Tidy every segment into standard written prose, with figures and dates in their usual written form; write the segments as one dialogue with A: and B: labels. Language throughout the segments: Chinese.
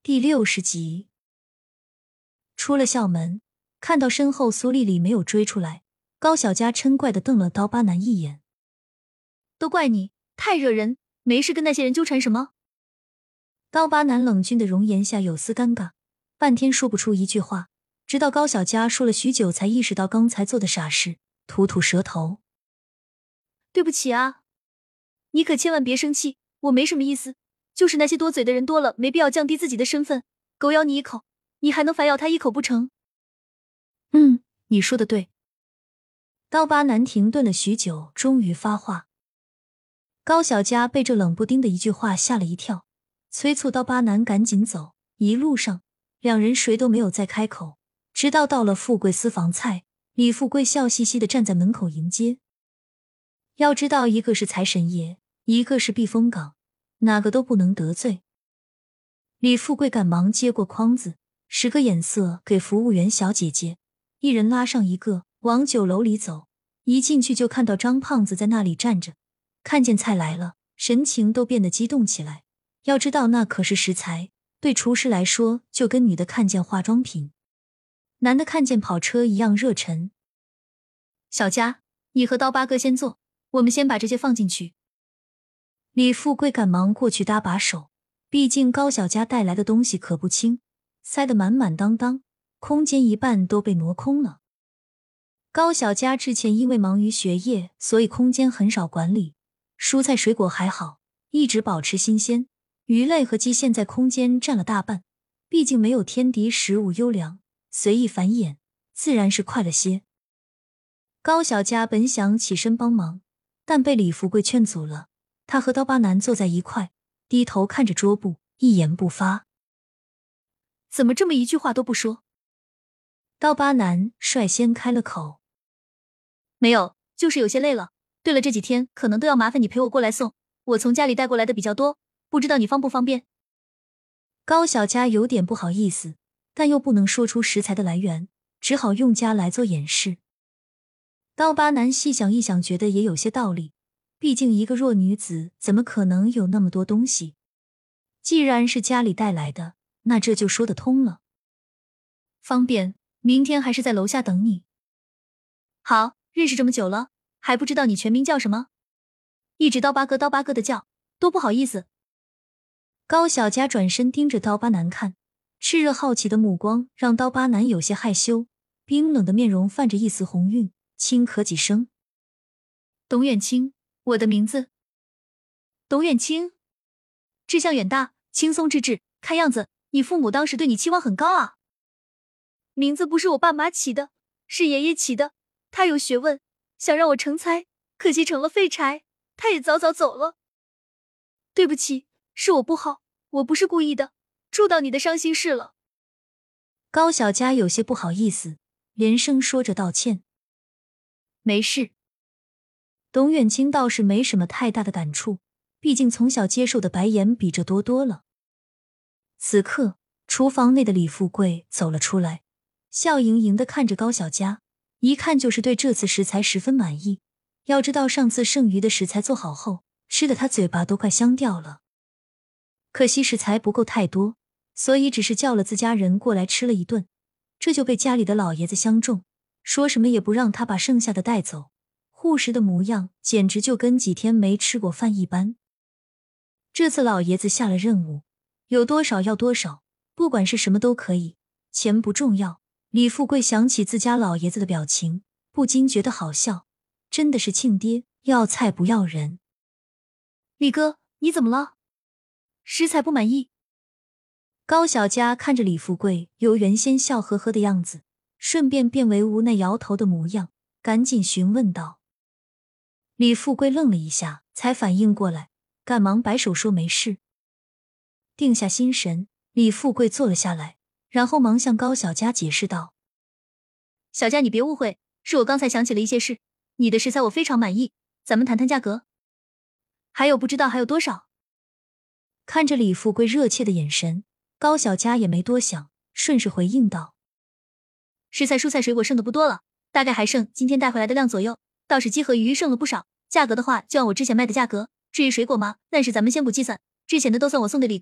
A: 第60集。出了校门，看到身后苏丽丽没有追出来，高小佳嗔怪地瞪了刀疤男一眼。
B: 都怪你，太惹人，没事跟那些人纠缠什么？
A: 刀疤男冷峻的容颜下有丝尴尬，半天说不出一句话，直到高小佳说了许久才意识到刚才做的傻事，吐吐舌头。
B: 对不起啊，你可千万别生气，我没什么意思，就是那些多嘴的人多了，没必要降低自己的身份，狗咬你一口，你还能反咬他一口不成？
A: 你说的对。刀疤男停顿了许久，终于发话。高小佳被这冷不丁的一句话吓了一跳，催促刀疤男赶紧走。一路上，两人谁都没有再开口，直到到了富贵私房菜，李富贵笑嘻嘻地站在门口迎接。要知道，一个是财神爷，一个是避风港，哪个都不能得罪。李富贵赶忙接过筐子，使个眼色给服务员小姐姐，一人拉上一个，往酒楼里走。一进去就看到张胖子在那里站着，看见菜来了，神情都变得激动起来。要知道那可是食材，对厨师来说就跟女的看见化妆品，男的看见跑车一样热忱。
B: 小佳，你和刀疤哥先坐，我们先把这些放进去。
A: 李富贵赶忙过去搭把手，毕竟高小佳带来的东西可不轻，塞得满满当当，空间一半都被挪空了。高小佳之前因为忙于学业，所以空间很少管理，蔬菜水果还好，一直保持新鲜，鱼类和鸡现在空间占了大半，毕竟没有天敌食物优良，随意繁衍，自然是快了些。高小佳本想起身帮忙，但被李富贵劝阻了。他和刀疤男坐在一块，低头看着桌布，一言不发。
B: 怎么这么一句话都不说？
A: 刀疤男率先开了口。
B: 没有，就是有些累了。对了，这几天可能都要麻烦你陪我过来送，我从家里带过来的比较多，不知道你方不方便？
A: 高小佳有点不好意思，但又不能说出食材的来源，只好用家来做掩饰。刀疤男细想一想，觉得也有些道理，毕竟一个弱女子怎么可能有那么多东西？既然是家里带来的，那这就说得通了。
B: 方便，明天还是在楼下等你。好，认识这么久了，还不知道你全名叫什么？一直刀疤哥刀疤哥的叫，多不好意思。
A: 高小佳转身盯着刀疤男看，炽热好奇的目光让刀疤男有些害羞，冰冷的面容泛着一丝红晕，轻咳几声。
B: 董远清，我的名字。董远清，志向远大，轻松志志，看样子你父母当时对你期望很高啊。名字不是我爸妈起的，是爷爷起的，他有学问，想让我成才，可惜成了废柴，他也早早走了。对不起，是我不好，我不是故意的，触到你的伤心事了。
A: 高小佳有些不好意思，连声说着道歉。
B: 没事。
A: 董远清倒是没什么太大的感触，毕竟从小接受的白眼比这多了。此刻，厨房内的李富贵走了出来，笑盈盈地看着高小佳，一看就是对这次食材十分满意。要知道上次剩余的食材做好后，吃的他嘴巴都快香掉了。可惜食材不够太多，所以只是叫了自家人过来吃了一顿，这就被家里的老爷子相中，说什么也不让他把剩下的带走。护食的模样简直就跟几天没吃过饭一般。这次老爷子下了任务，有多少要多少，不管是什么都可以，钱不重要。李富贵想起自家老爷子的表情，不禁觉得好笑，真的是亲爹要菜不要人。
B: 李哥，你怎么了？食材不满意？
A: 高小佳看着李富贵由原先笑呵呵的样子，顺便变为无奈摇头的模样，赶紧询问道。李富贵愣了一下，才反应过来，赶忙摆手说没事。定下心神，李富贵坐了下来，然后忙向高小佳解释道：
B: 小佳，你别误会，是我刚才想起了一些事，你的食材我非常满意，咱们谈谈价格。还有不知道还有多少？
A: 看着李富贵热切的眼神，高小佳也没多想，顺势回应道：
B: 食材蔬菜水果剩的不多了，大概还剩今天带回来的量左右，倒是鸡和鱼剩了不少，价格的话就按我之前卖的价格，至于水果嘛，暂时咱们先不计算，之前的都算我送给李哥了，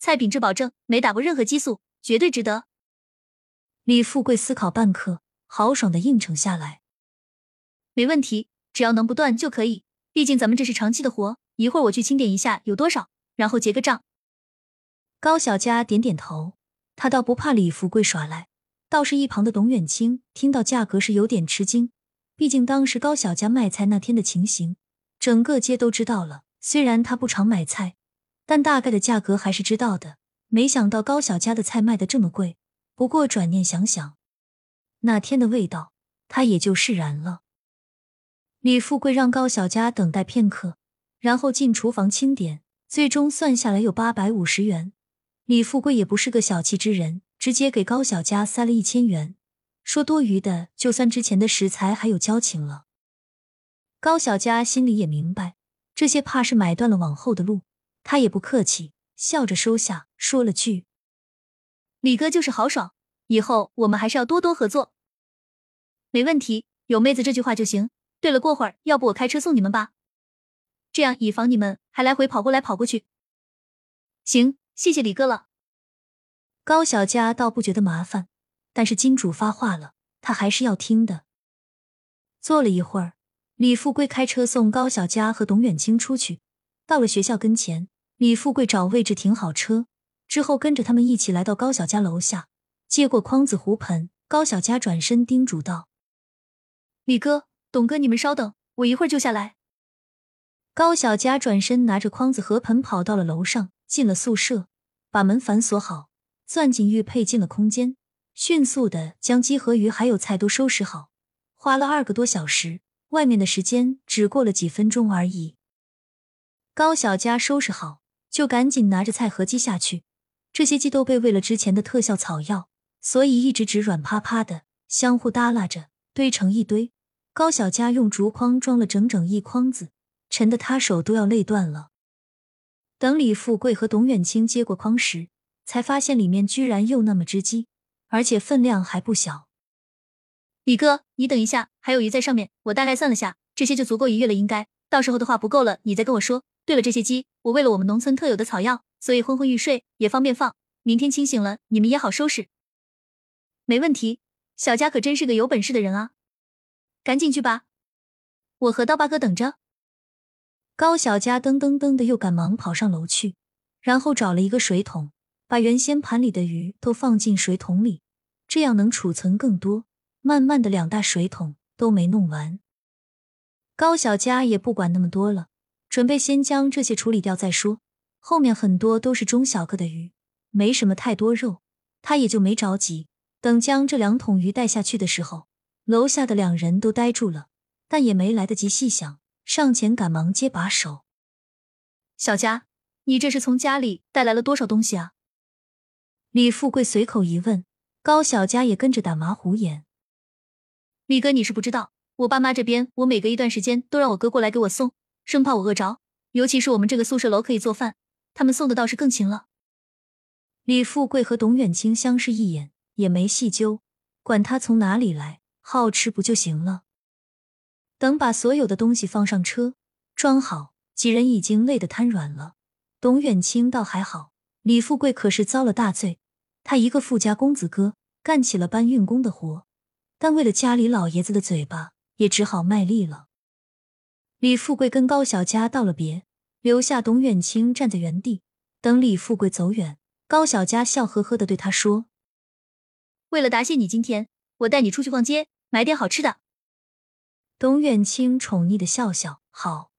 B: 菜品质保证，没打过任何激素，绝对值得。
A: 李富贵思考半刻，豪爽的应承下来。
B: 没问题，只要能不断就可以，毕竟咱们这是长期的活，一会儿我去清点一下有多少，然后结个账。
A: 高小佳点点头，他倒不怕李富贵耍赖，倒是一旁的董远清听到价格是有点吃惊，毕竟当时高小佳卖菜那天的情形，整个街都知道了。虽然他不常买菜，但大概的价格还是知道的。没想到高小佳的菜卖得这么贵，不过转念想想，那天的味道，他也就释然了。李富贵让高小佳等待片刻，然后进厨房清点，最终算下来有850元。李富贵也不是个小气之人，直接给高小佳塞了1000元，说多余的就算之前的食材还有交情了。高小佳心里也明白，这些怕是买断了往后的路，他也不客气，笑着收下，说了句：“
B: 李哥就是豪爽，以后我们还是要多多合作。”没问题，有妹子这句话就行。对了，过会儿要不我开车送你们吧，这样以防你们还来回跑过来跑过去。行，谢谢李哥了。
A: 高小佳倒不觉得麻烦，但是金主发话了，他还是要听的。坐了一会儿，李富贵开车送高小佳和董远清出去，到了学校跟前，李富贵找位置停好车，之后跟着他们一起来到高小佳楼下，接过筐子壶盆，高小佳转身叮嘱道：“
B: 李哥，董哥，你们稍等，我一会儿就下来。”
A: 高小佳转身拿着筐子和盆跑到了楼上，进了宿舍，把门反锁好，攥紧玉佩进了空间，迅速的将鸡和鱼还有菜都收拾好，花了2个多小时，外面的时间只过了几分钟而已。高小佳收拾好，就赶紧拿着菜和鸡下去，这些鸡都被喂了之前的特效草药，所以一直只软趴趴的，相互耷拉着，堆成一堆。高小佳用竹筐装了整整1筐子，沉得他手都要累断了。等李富贵和董远清接过筐时，才发现里面居然又那么只鸡，而且分量还不小。
B: 李哥，你等一下，还有鱼在上面，我大概算了下，这些就足够1月了应该，到时候的话不够了你再跟我说。对了，这些鸡，我为了我们农村特有的草药，所以昏昏欲睡，也方便放，明天清醒了你们也好收拾。没问题，小佳可真是个有本事的人啊。赶紧去吧，我和刀疤哥等着。
A: 高小佳噔噔噔的又赶忙跑上楼去，然后找了一个水桶，把原先盘里的鱼都放进水桶里，这样能储存更多。慢慢的2大水桶都没弄完。高小佳也不管那么多了，准备先将这些处理掉再说，后面很多都是中小个的鱼，没什么太多肉，他也就没着急。等将这2桶鱼带下去的时候，楼下的2人都呆住了，但也没来得及细想，上前赶忙接把手。
B: 小佳，你这是从家里带来了多少东西啊？
A: 李富贵随口一问，高小佳也跟着打马虎眼。
B: 李哥，你是不知道，我爸妈这边我每隔一段时间都让我哥过来给我送，生怕我饿着，尤其是我们这个宿舍楼可以做饭，他们送的倒是更勤了。
A: 李富贵和董远清相视一眼，也没细究，管他从哪里来，好吃不就行了。等把所有的东西放上车，装好，几人已经累得瘫软了。董远清倒还好，李富贵可是遭了大罪，他一个富家公子哥，干起了搬运工的活，但为了家里老爷子的嘴巴，也只好卖力了。李富贵跟高小佳道了别，留下董远清站在原地。等李富贵走远，高小佳笑呵呵地对他说：“
B: 为了答谢你今天，我带你出去逛街，买点好吃的。”
A: 董远清宠溺地笑笑，好。